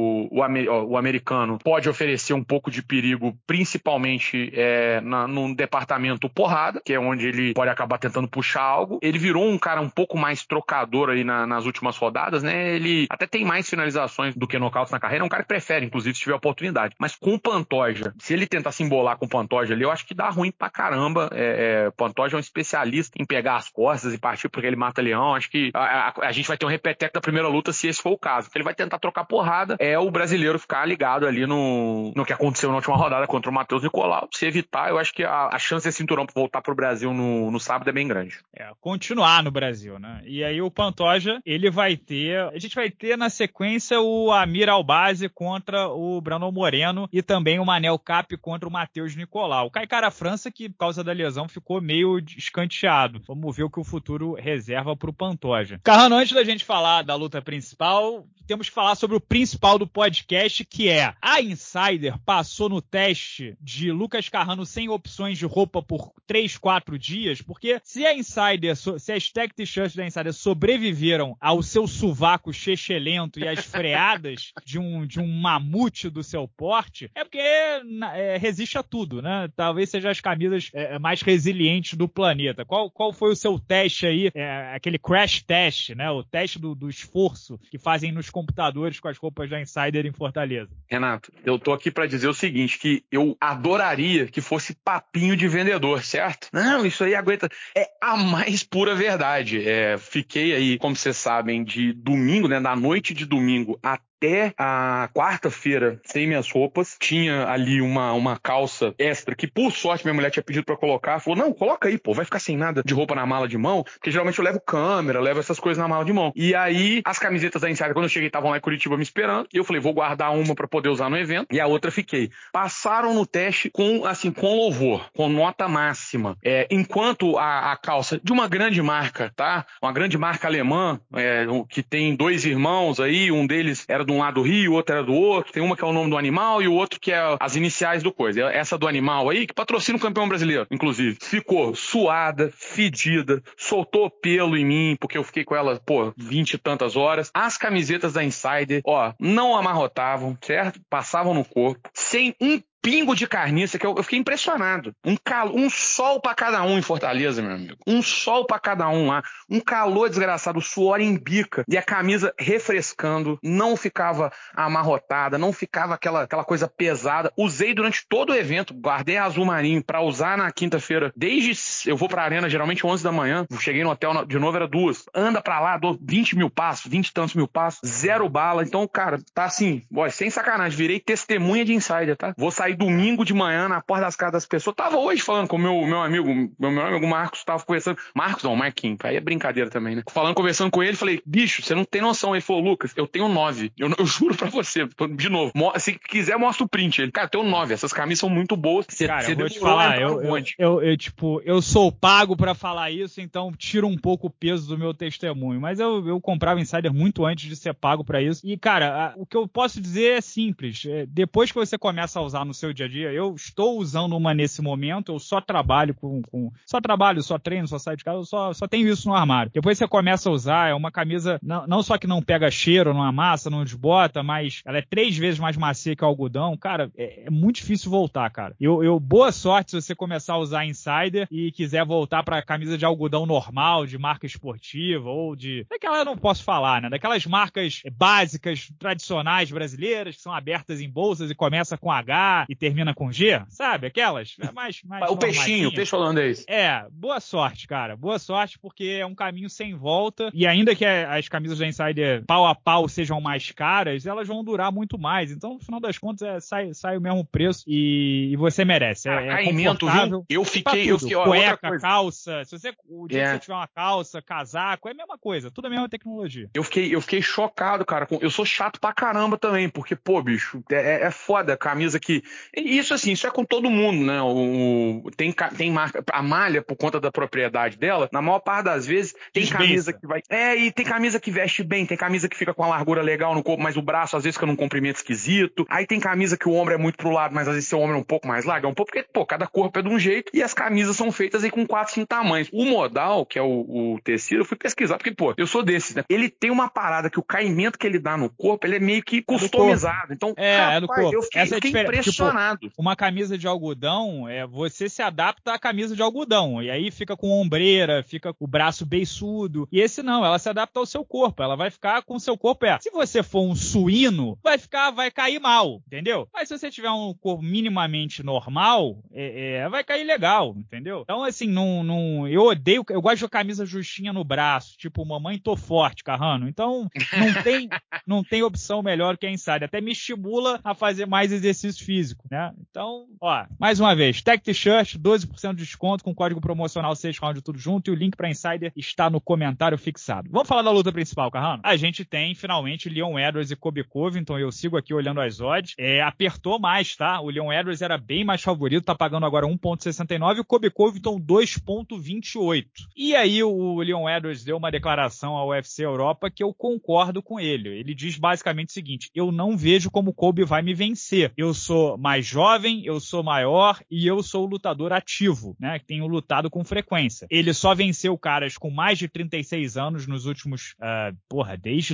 o americano pode oferecer um pouco de perigo, principalmente no departamento porrada, que é onde ele pode acabar tentando puxar algo. Ele virou um cara um pouco mais trocador aí nas últimas rodadas, né? Ele até tem mais finalizações do que nocautes na carreira. É um cara que prefere, inclusive, se tiver oportunidade. Mas com o Pantoja, se ele tentar se embolar com o Pantoja ali, eu acho que dá ruim pra caramba. O Pantoja é um especialista em pegar as costas e partir porque ele mata leão. Acho que a gente vai ter um repeteco da primeira luta se esse for o caso. Ele vai tentar trocar porrada, o brasileiro ficar ligado ali no que aconteceu na última rodada contra o Matheus Nicolau. Se evitar, eu acho que a chance desse cinturão voltar pro Brasil no sábado é bem grande. Continuar no Brasil, né? E aí o Pantoja, a gente vai ter na sequência o Amir Albazi contra o Brandon Moreno e também o Manel Kape contra o Matheus Nicolau. O Kai Kara França, que por causa da lesão ficou meio escanteado. Vamos ver o que o futuro reserva pro Pantoja. Carrano, antes da gente falar da luta principal, temos que falar sobre o principal do podcast, que é a Insider passou no teste de Lucas Carrano sem opções de roupa por 3-4 dias, porque se as tech t-shirts da Insider sobreviveram ao seu sovaco chechelento e às freadas de um mamute do seu porte, é porque resiste a tudo, né? Talvez seja as camisas mais resilientes do planeta. Qual foi o seu teste aí, aquele crash test, né? O teste do esforço que fazem nos computadores com as roupas da Insider em Fortaleza? Renato, eu tô aqui pra dizer o seguinte, que eu adoraria que fosse papinho de vendedor, certo? Não, isso aí aguenta. É a mais pura verdade. Fiquei aí, como vocês sabem, de domingo, né? Da noite de domingo até a quarta-feira sem minhas roupas. Tinha ali uma calça extra que, por sorte, minha mulher tinha pedido pra colocar. Falou, não, coloca aí, pô, vai ficar sem nada de roupa na mala de mão, porque geralmente eu levo câmera, levo essas coisas na mala de mão. E aí, as camisetas da Insider, quando eu cheguei, estavam lá em Curitiba me esperando, e eu falei, vou guardar uma pra poder usar no evento, e a outra fiquei. Passaram no teste com louvor, com nota máxima. Enquanto a calça de uma grande marca, tá? Uma grande marca alemã, que tem 2 irmãos aí, um deles era de um lado do Rio, o outro era do outro, tem uma que é o nome do animal e o outro que é as iniciais do coisa. Essa do animal aí, que patrocina o campeão brasileiro, inclusive. Ficou suada, fedida, soltou pelo em mim, porque eu fiquei com ela, 20 e tantas horas. As camisetas da Insider, não amarrotavam, certo? Passavam no corpo, sem um pingo de carniça, que eu fiquei impressionado. Um sol pra cada um em Fortaleza, meu amigo. Um sol pra cada um lá. Um calor desgraçado, o suor em bica. E a camisa refrescando, não ficava amarrotada, não ficava aquela coisa pesada. Usei durante todo o evento, guardei a azul marinho pra usar na quinta-feira. Eu vou pra arena geralmente 11 da manhã, cheguei no hotel de novo, era 2. Anda pra lá, dou 20 mil passos, 20 e tantos mil passos, 0 bala. Então, cara, tá assim, sem sacanagem, virei testemunha de Insider, tá? Vou sair domingo de manhã na porta das casas das pessoas. Tava hoje falando com o meu amigo Marcos, tava conversando. Marcos não, Marquinhos, aí é brincadeira também, né? Conversando com ele, falei, bicho, você não tem noção. Ele falou, Lucas, eu tenho 9. Eu juro pra você, de novo, se quiser mostra o print. Ele, cara, eu tenho 9, essas camisas são muito boas. Cara, eu vou te falar, eu sou pago pra falar isso, então tira um pouco o peso do meu testemunho. Mas eu comprava Insider muito antes de ser pago pra isso. E, cara, o que eu posso dizer é simples. Depois que você começa a usar no seu dia a dia, eu estou usando uma nesse momento, eu só trabalho só treino, só saio de casa, eu só tenho isso no armário. Depois você começa a usar, é uma camisa, não só que não pega cheiro, não amassa, não desbota, mas ela é 3 vezes mais macia que o algodão. Cara, é muito difícil voltar, cara. Boa sorte se você começar a usar Insider e quiser voltar pra camisa de algodão normal, de marca esportiva, ou daquela eu não posso falar, né? Daquelas marcas básicas, tradicionais brasileiras, que são abertas em bolsas e começa com H e termina com G, sabe? Aquelas mais o peixinho, o peixe holandês. Boa sorte, cara. Boa sorte, porque é um caminho sem volta. E ainda que as camisas da Insider pau a pau sejam mais caras, elas vão durar muito mais. Então, no final das contas, sai o mesmo preço e você merece. É confortável. Viu? Eu fiquei cueca, calça. O dia que você tiver uma calça, casaco, é a mesma coisa. Tudo a mesma tecnologia. Eu fiquei chocado, cara. Eu sou chato pra caramba também, porque, bicho, é foda a camisa que... Isso é com todo mundo, né? Tem marca, a malha, por conta da propriedade dela, na maior parte das vezes, tem camisa que vai... e tem camisa que veste bem, tem camisa que fica com a largura legal no corpo, mas o braço às vezes fica num comprimento esquisito. Aí tem camisa que o ombro é muito pro lado, mas às vezes seu ombro é um pouco mais largo, porque, cada corpo é de um jeito, e as camisas são feitas aí com 4, 5 tamanhos. O modal, que é o tecido, eu fui pesquisar, porque, eu sou desses, né? Ele tem uma parada que o caimento que ele dá no corpo, ele é meio que customizado. Então, é do corpo. Eu fiquei impressionado. ar-condicionado. Uma camisa de algodão, você se adapta à camisa de algodão. E aí fica com ombreira, fica com o braço beiçudo. E esse não, ela se adapta ao seu corpo. Ela vai ficar com o seu corpo. Se você for um suíno, vai cair mal, entendeu? Mas se você tiver um corpo minimamente normal, vai cair legal, entendeu? Então, assim, eu odeio, eu gosto de camisa justinha no braço, tipo, mamãe tô forte, Carrano. Então, não tem opção melhor que a Insider. Até me estimula a fazer mais exercício físico, né? Então, mais uma vez, Tech T-Shirt, 12% de desconto com código promocional 6round tudo junto, e o link pra Insider está no comentário fixado. Vamos falar da luta principal, Carrano? A gente tem, finalmente, Leon Edwards e Colby Covington. Eu sigo aqui olhando as odds. Apertou mais, tá? O Leon Edwards era bem mais favorito, tá pagando agora 1,69 e o Colby Covington 2,28. E aí o Leon Edwards deu uma declaração ao UFC Europa que eu concordo com ele. Ele diz basicamente o seguinte: eu não vejo como o Colby vai me vencer. Eu sou mais jovem, eu sou maior e eu sou o lutador ativo, né? Que tenho lutado com frequência. Ele só venceu caras com mais de 36 anos nos últimos... desde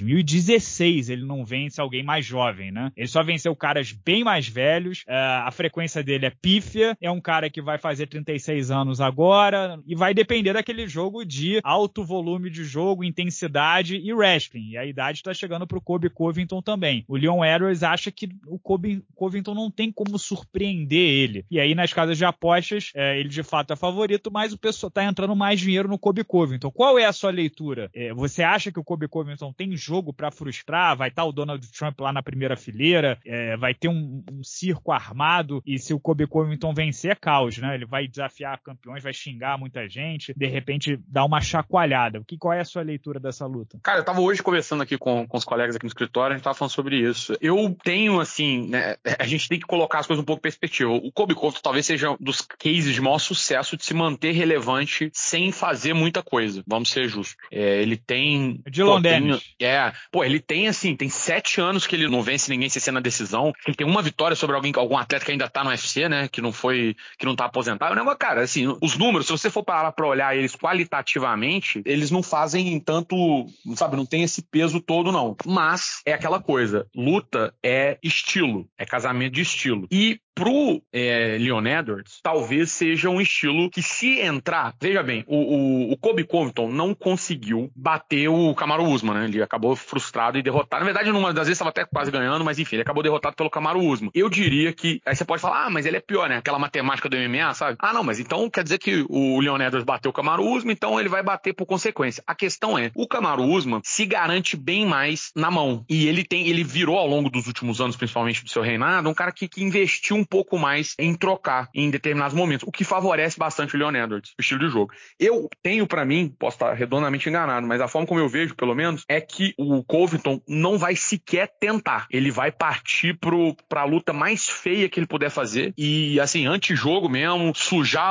2016 ele não vence alguém mais jovem, né? Ele só venceu caras bem mais velhos. A frequência dele é pífia. É um cara que vai fazer 36 anos agora e vai depender daquele jogo de alto volume de jogo, intensidade e wrestling. E a idade tá chegando pro Colby Covington também. O Leon Edwards acha que o Colby Covington não tem como surpreender ele. E aí nas casas de apostas, ele de fato é favorito, mas o pessoal tá entrando mais dinheiro no Colby Covington. Qual é a sua leitura? Você acha que o Colby Covington tem jogo pra frustrar? Vai estar o Donald Trump lá na primeira fileira? Vai ter um circo armado e se o Colby Covington vencer é caos, né? Ele vai desafiar campeões, vai xingar muita gente, de repente dar uma chacoalhada. Qual é a sua leitura dessa luta? Cara, eu tava hoje conversando aqui com os colegas aqui no escritório, a gente tava falando sobre isso. Eu tenho, assim, né, a gente tem que colocar as coisas um pouco em perspectiva. O Colby Covington talvez seja um dos cases de maior sucesso de se manter relevante sem fazer muita coisa. Vamos ser justos. Ele tem... Dylan Dennis. Ele tem, assim, tem 7 anos que ele não vence ninguém sem ser na decisão. Ele tem uma vitória sobre algum atleta que ainda tá no UFC, né, que não tá aposentado. Não, mas, cara, assim, os números, se você for parar pra olhar eles qualitativamente, eles não fazem tanto, sabe, não tem esse peso todo, não. Mas é aquela coisa, luta é estilo, é casamento de estilo. E pro Leon Edwards, talvez seja um estilo que se entrar... Veja bem, o Colby Covington não conseguiu bater o Kamaru Usman, né? Ele acabou frustrado e derrotado. Na verdade, numa das vezes estava até quase ganhando, mas enfim, ele acabou derrotado pelo Kamaru Usman. Eu diria que... Aí você pode falar, mas ele é pior, né? Aquela matemática do MMA, sabe? Não, mas então quer dizer que o Leon Edwards bateu o Kamaru Usman, então ele vai bater por consequência. A questão é, o Kamaru Usman se garante bem mais na mão. E ele virou ao longo dos últimos anos, principalmente do seu reinado, um cara que investiu um pouco mais em trocar em determinados momentos, o que favorece bastante o Leon Edwards, o estilo de jogo. Eu tenho pra mim, posso estar redondamente enganado, mas a forma como eu vejo, pelo menos, é que o Covington não vai sequer tentar. Ele vai partir pra luta mais feia que ele puder fazer e, assim, antijogo mesmo, sujar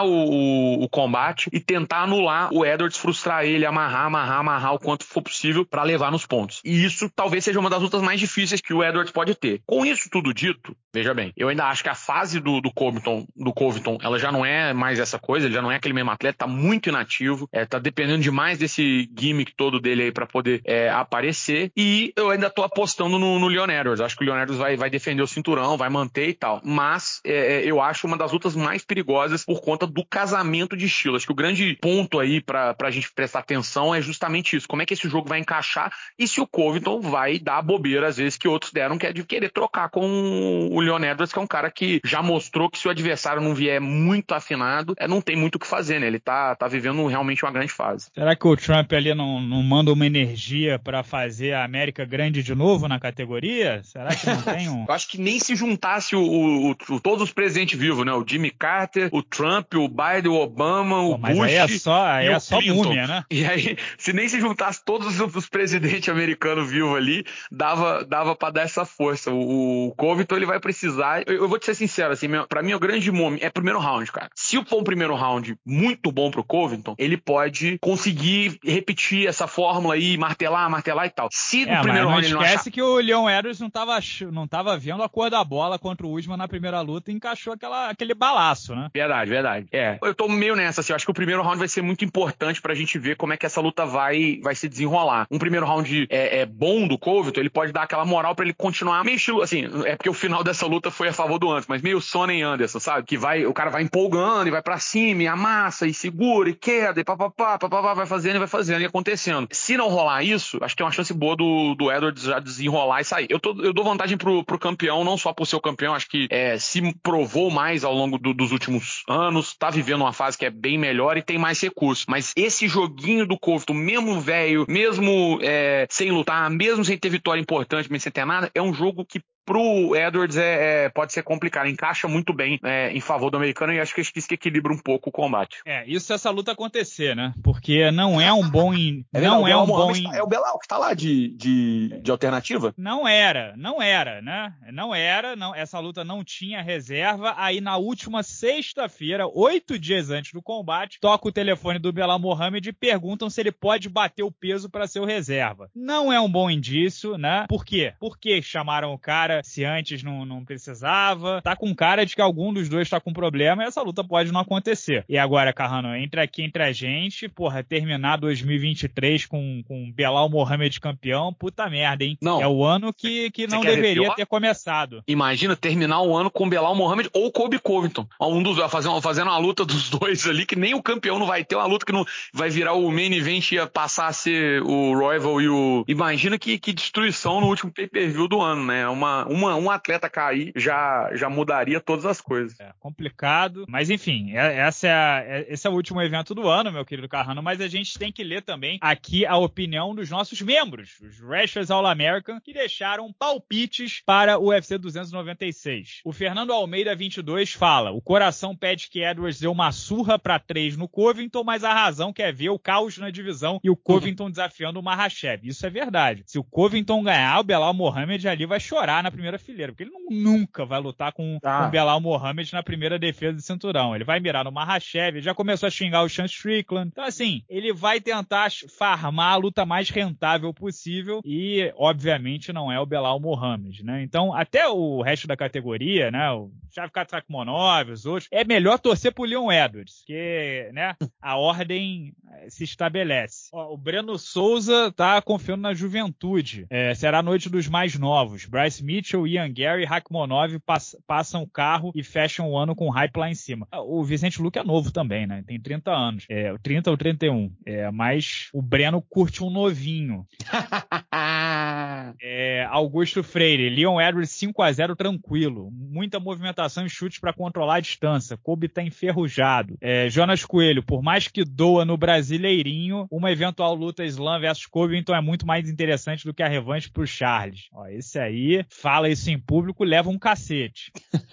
o combate e tentar anular o Edwards, frustrar ele, amarrar o quanto for possível pra levar nos pontos. E isso talvez seja uma das lutas mais difíceis que o Edwards pode ter. Com isso tudo dito, veja bem, eu ainda acho que a fase do Covington, ela já não é mais essa coisa, ele já não é aquele mesmo atleta, tá muito inativo, tá dependendo demais desse gimmick todo dele aí pra poder aparecer, e eu ainda tô apostando no Leon Edwards. Acho que o Leon Edwards vai defender o cinturão, vai manter e tal, mas eu acho uma das lutas mais perigosas por conta do casamento de estilo. Acho que o grande ponto aí pra gente prestar atenção é justamente isso, como é que esse jogo vai encaixar e se o Covington vai dar a bobeira às vezes que outros deram, que é de querer trocar com o Leon Edwards, que é um cara que já mostrou que se o adversário não vier muito afinado, não tem muito o que fazer, né? Ele tá vivendo realmente uma grande fase. Será que o Trump ali não manda uma energia pra fazer a América grande de novo na categoria? Será que não tem um... Eu acho que nem se juntasse todos os presidentes vivos, né? O Jimmy Carter, o Trump, o Biden, o Obama, o mas Bush aí é só Clinton. múmia, né? E aí, se nem se juntasse todos os presidentes americanos vivos ali, dava pra dar essa força. O Covington, ele vai precisar... Eu vou te ser sincero, assim, pra mim o grande momento é primeiro round, cara. Se for um primeiro round muito bom pro Covington, ele pode conseguir repetir essa fórmula aí, martelar e tal. Se no primeiro round ele não esquece que o Leon Edwards não tava vendo a cor da bola contra o Usman na primeira luta e encaixou aquele balaço, né? Verdade. Eu tô meio nessa, assim, eu acho que o primeiro round vai ser muito importante pra gente ver como é que essa luta vai se desenrolar. Um primeiro round bom do Covington, ele pode dar aquela moral pra ele continuar meio estilo, assim, é porque o final dessa luta foi a favor do antes, mas mas meio Sonnen Anderson, sabe? Que o cara vai empolgando e vai pra cima, e amassa, e segura, e queda, e papapá, vai fazendo e acontecendo. Se não rolar isso, acho que tem uma chance boa do Edwards já desenrolar e sair. Eu dou vantagem pro campeão, não só por ser o campeão, acho que se provou mais ao longo dos últimos anos, tá vivendo uma fase que é bem melhor e tem mais recursos. Mas esse joguinho do Covington, mesmo velho, mesmo sem lutar, mesmo sem ter vitória importante, mesmo sem ter nada, é um jogo que pro Edwards pode ser complicado, encaixa muito bem em favor do americano e acho que isso que equilibra um pouco o combate. Isso se essa luta acontecer, né? Porque não é um bom... É o Belal que tá lá de alternativa? Não era, né? Essa luta não tinha reserva. Aí na última sexta-feira, 8 dias antes do combate, toca o telefone do Belal Mohamed e perguntam se ele pode bater o peso para ser o reserva. Não é um bom indício, né? Por quê? Porque chamaram o cara se antes não precisava. Tá com cara de que algum dos dois tá com problema e essa luta pode não acontecer. E agora, Carrano, entre a gente, terminar 2023 com Belal Mohamed campeão, puta merda, hein? Não. É o ano que não deveria ter começado. Imagina terminar o ano com Belal Mohamed ou Colby Covington. Fazendo uma luta dos dois ali, que nem o campeão não vai ter, uma luta que não vai virar o main event e ia passar a ser o Royval e o... Imagina que destruição no último pay-per-view do ano, né? Um atleta cair já mudaria todas as coisas. É complicado, mas enfim, esse é o último evento do ano, meu querido Carrano, mas a gente tem que ler também aqui a opinião dos nossos membros, os Wrestlers All-American, que deixaram palpites para o UFC 296. O Fernando Almeida 22 fala: o coração pede que Edwards dê uma surra para 3 no Covington, mas a razão quer ver o caos na divisão e o Covington desafiando o Makhachev. Isso é verdade. Se o Covington ganhar, o Belal Mohamed ali vai chorar na primeira fileira, porque ele nunca vai lutar com o Belal Mohamed na primeira defesa de cinturão. Ele vai mirar no Makhachev, ele já começou a xingar o Sean Strickland. Então, assim, ele vai tentar farmar a luta mais rentável possível e, obviamente, não é o Belal Mohamed, né? Então, até o resto da categoria, né, o Shavkat Rakhmonov, os outros, é melhor torcer pro Leon Edwards, que, né, a ordem se estabelece. Ó, o Breno Souza tá confiando na juventude. Será a noite dos mais novos. Bryce Mitchell, Ian Gary e Rakhmonov passam o carro e fecham o ano com hype lá em cima. O Vicente Luque é novo também, né? Tem 30 anos. 30 ou 31. Mas o Breno curte um novinho. Augusto Freire, Leon Edwards 5-0 tranquilo. Muita movimentação e chutes para controlar a distância. Kobe tá enferrujado. Jonas Coelho, por mais que doa no Brasileirinho, uma eventual luta Islam versus Covington é muito mais interessante do que a revanche pro Charles. Ó, esse aí fala isso em público, leva um cacete.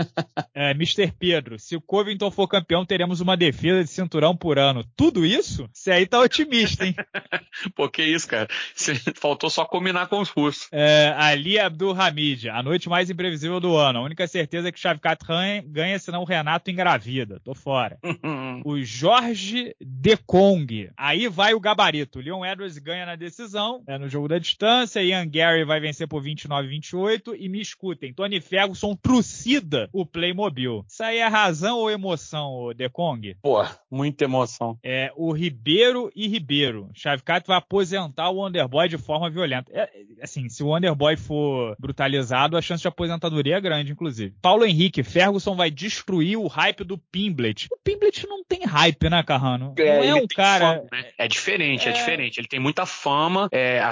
Mr. Pedro, se o Covington for campeão, teremos uma defesa de cinturão por ano. Tudo isso? Você aí tá otimista, hein? Pô, que isso, cara. Faltou só combinar com os russos. Ali Abdul Hamid, a noite mais imprevisível do ano. A única certeza é que o Shavkat ganha, senão o Renato engravida. Tô fora. O Jorge De Kong. Aí vai o gabarito. Leon Edwards ganha na decisão, no jogo da distância. Ian Gary vai vencer por 29-28. E me escutem, Tony Ferguson trucida o Playmobil. Isso aí é razão ou emoção, o De Kong? Pô, muita emoção. O Ribeiro e Ribeiro. Shavkat vai aposentar o Wonderboy de forma violenta. Assim, se o Wonderboy for brutalizado, a chance de aposentadoria é grande, inclusive. Paulo Henrique, Ferguson vai destruir o hype do Pimblet. O Pimblet não tem hype, né, Carrano? Não é um cara... Fama, né? É diferente. Ele tem muita fama,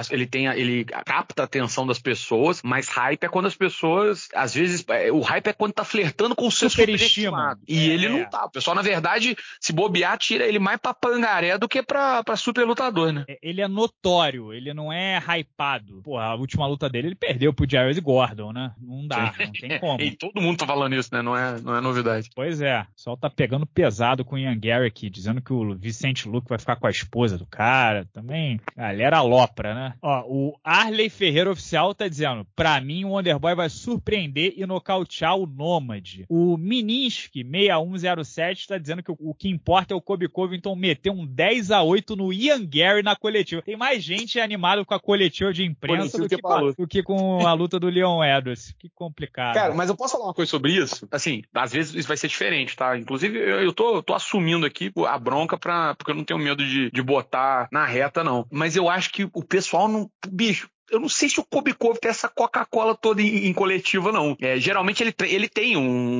ele capta a atenção das pessoas, mas hype é quando as pessoas, às vezes, o hype é quando tá flertando com o seu superestimado. E ele não tá. O pessoal, na verdade, se bobear, tira ele mais pra pangaré do que pra super lutador, né? Ele é notório, ele não é hypado. Pô, a última luta dele, ele perdeu pro Jared Gordon, né? Não dá, não tem como. E todo mundo tá falando isso, né? Não é novidade. Pois é. O pessoal tá pegando pesado com o Ian Gary aqui, dizendo que o Vicente Luque vai ficar com a esposa do cara. Também, galera alopra, né? Ó, o Arley Ferreira Oficial tá dizendo, pra mim o Wonderboy vai surpreender e nocautear o Nômade. O Mininski 6107 tá dizendo que o que importa é o Kobe Covington meter um 10-8 no Ian Gary na coletiva. Tem mais gente animada com a coletiva de imprensa do que com a luta do Leon Edwards. Que complicado. Cara, mas eu posso falar uma coisa sobre isso? Assim, às vezes isso vai ser diferente, tá? Inclusive, eu tô assumindo aqui a bronca porque eu não tenho medo de botar na reta, não. Mas eu acho que o pessoal não... Bicho, eu não sei se o Colby Covington tem essa Coca-Cola toda em coletiva, não. Geralmente ele tem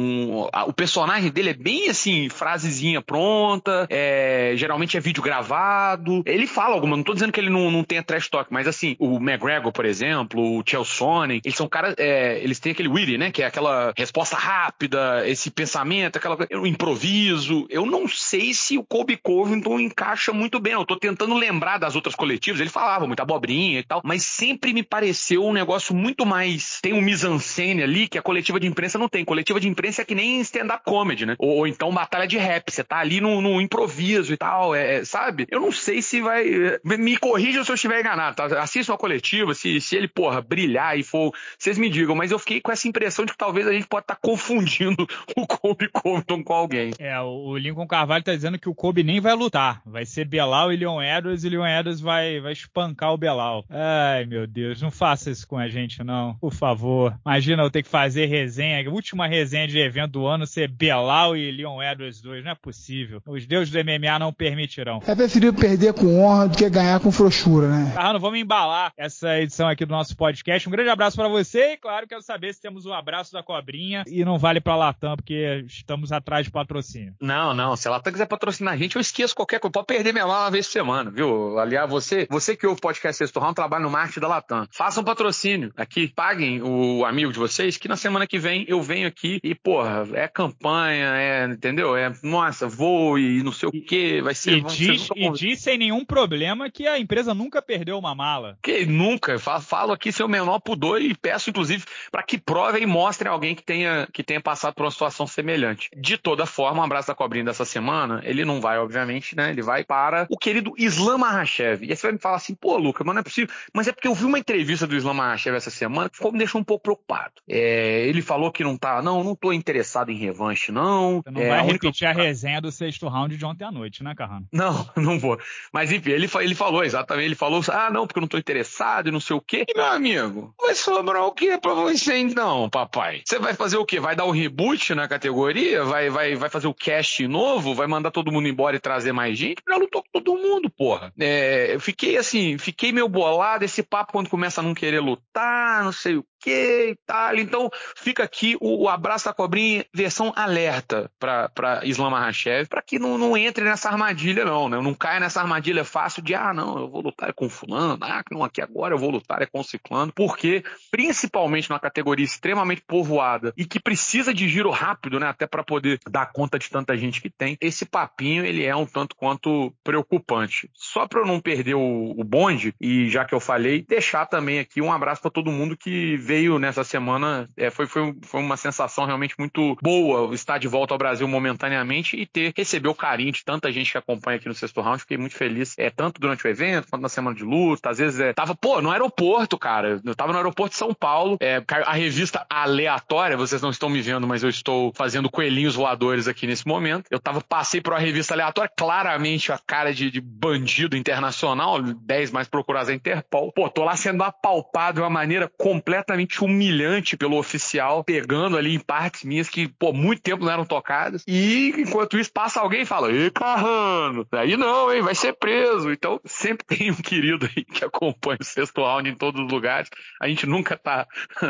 o personagem dele é bem assim, frasezinha pronta, geralmente é vídeo gravado. Ele fala alguma, não tô dizendo que ele não tenha trash talk, mas assim, o McGregor, por exemplo, o Chael Sonnen, eles são caras, eles têm aquele witty, né, que é aquela resposta rápida, esse pensamento, o improviso. Eu não sei se o Colby Covington encaixa muito bem, eu tô tentando lembrar das outras coletivas, ele falava muita abobrinha e tal, mas sempre me pareceu um negócio muito mais, tem um mise-en-scène ali que a coletiva de imprensa não tem. Coletiva de imprensa é que nem stand-up comedy, né? Ou então batalha de rap, você tá ali no improviso e tal, sabe? Eu não sei se vai, me corrija se eu estiver enganado, tá? Assista uma coletiva, se ele, brilhar e for, vocês me digam, mas eu fiquei com essa impressão de que talvez a gente pode estar confundindo o Colby Covington com alguém. O Lincoln Carvalho tá dizendo que o Colby nem vai lutar, vai ser Belal e Leon Edwards, e Leon Edwards vai espancar o Belal. Ai, meu Deus, não faça isso com a gente, não. Por favor. Imagina eu ter que fazer resenha, a última resenha de evento do ano ser Belal e Leon Edwards 2. Não é possível. Os deuses do MMA não permitirão. É preferível perder com honra do que ganhar com frouxura, né? Carrano, vamos embalar essa edição aqui do nosso podcast. Um grande abraço pra você e, claro, quero saber se temos um abraço da Cobrinha e não vale pra Latam, porque estamos atrás de patrocínio. Não. Se a Latam quiser patrocinar a gente, eu esqueço qualquer coisa. Pode perder minha mala uma vez por semana, viu? Aliás, você que ouve o podcast Sexto Round, trabalha no marketing da Latam. Façam um patrocínio aqui, paguem o amigo de vocês, que na semana que vem eu venho aqui e, é campanha, entendeu? Nossa, voo e não sei o que, vai ser... E diz sem nenhum problema que a empresa nunca perdeu uma mala. Que nunca, falo aqui sem o menor pudor e peço, inclusive, para que provem e mostrem alguém que tenha passado por uma situação semelhante. De toda forma, um abraço da Cobrinha dessa semana, ele não vai, obviamente, né? Ele vai para o querido Islam Makhachev. E aí você vai me falar assim, Luca, mas não é possível. Mas é porque eu vi uma entrevista do Islam Makhachev essa semana que me deixou um pouco preocupado. Ele falou que não tô interessado em revanche, não. Você não vai repetir a resenha do Sexto Round de ontem à noite, né, Carrano? Não vou. Mas enfim, ele falou exatamente, ele falou, não, porque eu não tô interessado e não sei o quê. E meu amigo, vai sobrar o quê pra você então, papai? Você vai fazer o quê? Vai dar um reboot na categoria? Vai fazer o cast novo? Vai mandar todo mundo embora e trazer mais gente? Já lutou com todo mundo, porra. Eu fiquei meio bolado, esse papo quando começa a não querer lutar, não sei o que e tal. Então, fica aqui o abraço da Cobrinha, versão alerta pra Islam Makhachev, pra que não entre nessa armadilha, não, né? Não caia nessa armadilha fácil de, não, eu vou lutar com fulano, que não, aqui agora eu vou lutar com ciclano, porque, principalmente numa categoria extremamente povoada e que precisa de giro rápido, né, até pra poder dar conta de tanta gente que tem, esse papinho, ele é um tanto quanto preocupante. Só pra eu não perder o bonde, e já que eu falei, deixar também aqui um abraço pra todo mundo que veio nessa semana, foi uma sensação realmente muito boa estar de volta ao Brasil momentaneamente e receber o carinho de tanta gente que acompanha aqui no Sexto Round. Fiquei muito feliz, tanto durante o evento, quanto na semana de luta, às vezes tava, no aeroporto, cara, eu tava no aeroporto de São Paulo, a revista Aleatória, vocês não estão me vendo, mas eu estou fazendo coelhinhos voadores aqui nesse momento, passei por uma revista aleatória, claramente a cara de bandido internacional, 10 mais procurados da Interpol, tô lá sendo apalpado de uma maneira completamente humilhante pelo oficial, pegando ali em partes minhas que, muito tempo não eram tocadas, e enquanto isso passa alguém e fala, ei, Carrano, aí não, hein, vai ser preso. Então, sempre tem um querido aí que acompanha o Sexto Round em todos os lugares, a gente nunca tá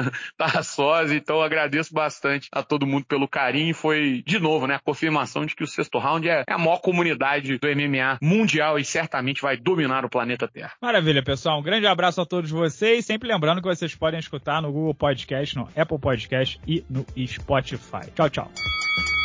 sós, então agradeço bastante a todo mundo pelo carinho, e foi, de novo, né, a confirmação de que o Sexto Round é a maior comunidade do MMA mundial e certamente vai dominar o planeta Terra. Maravilha, pessoal, um grande abraço a todos vocês, sempre lembrando que vocês podem escutar no Google Podcast, no Apple Podcast e no Spotify. Tchau, tchau.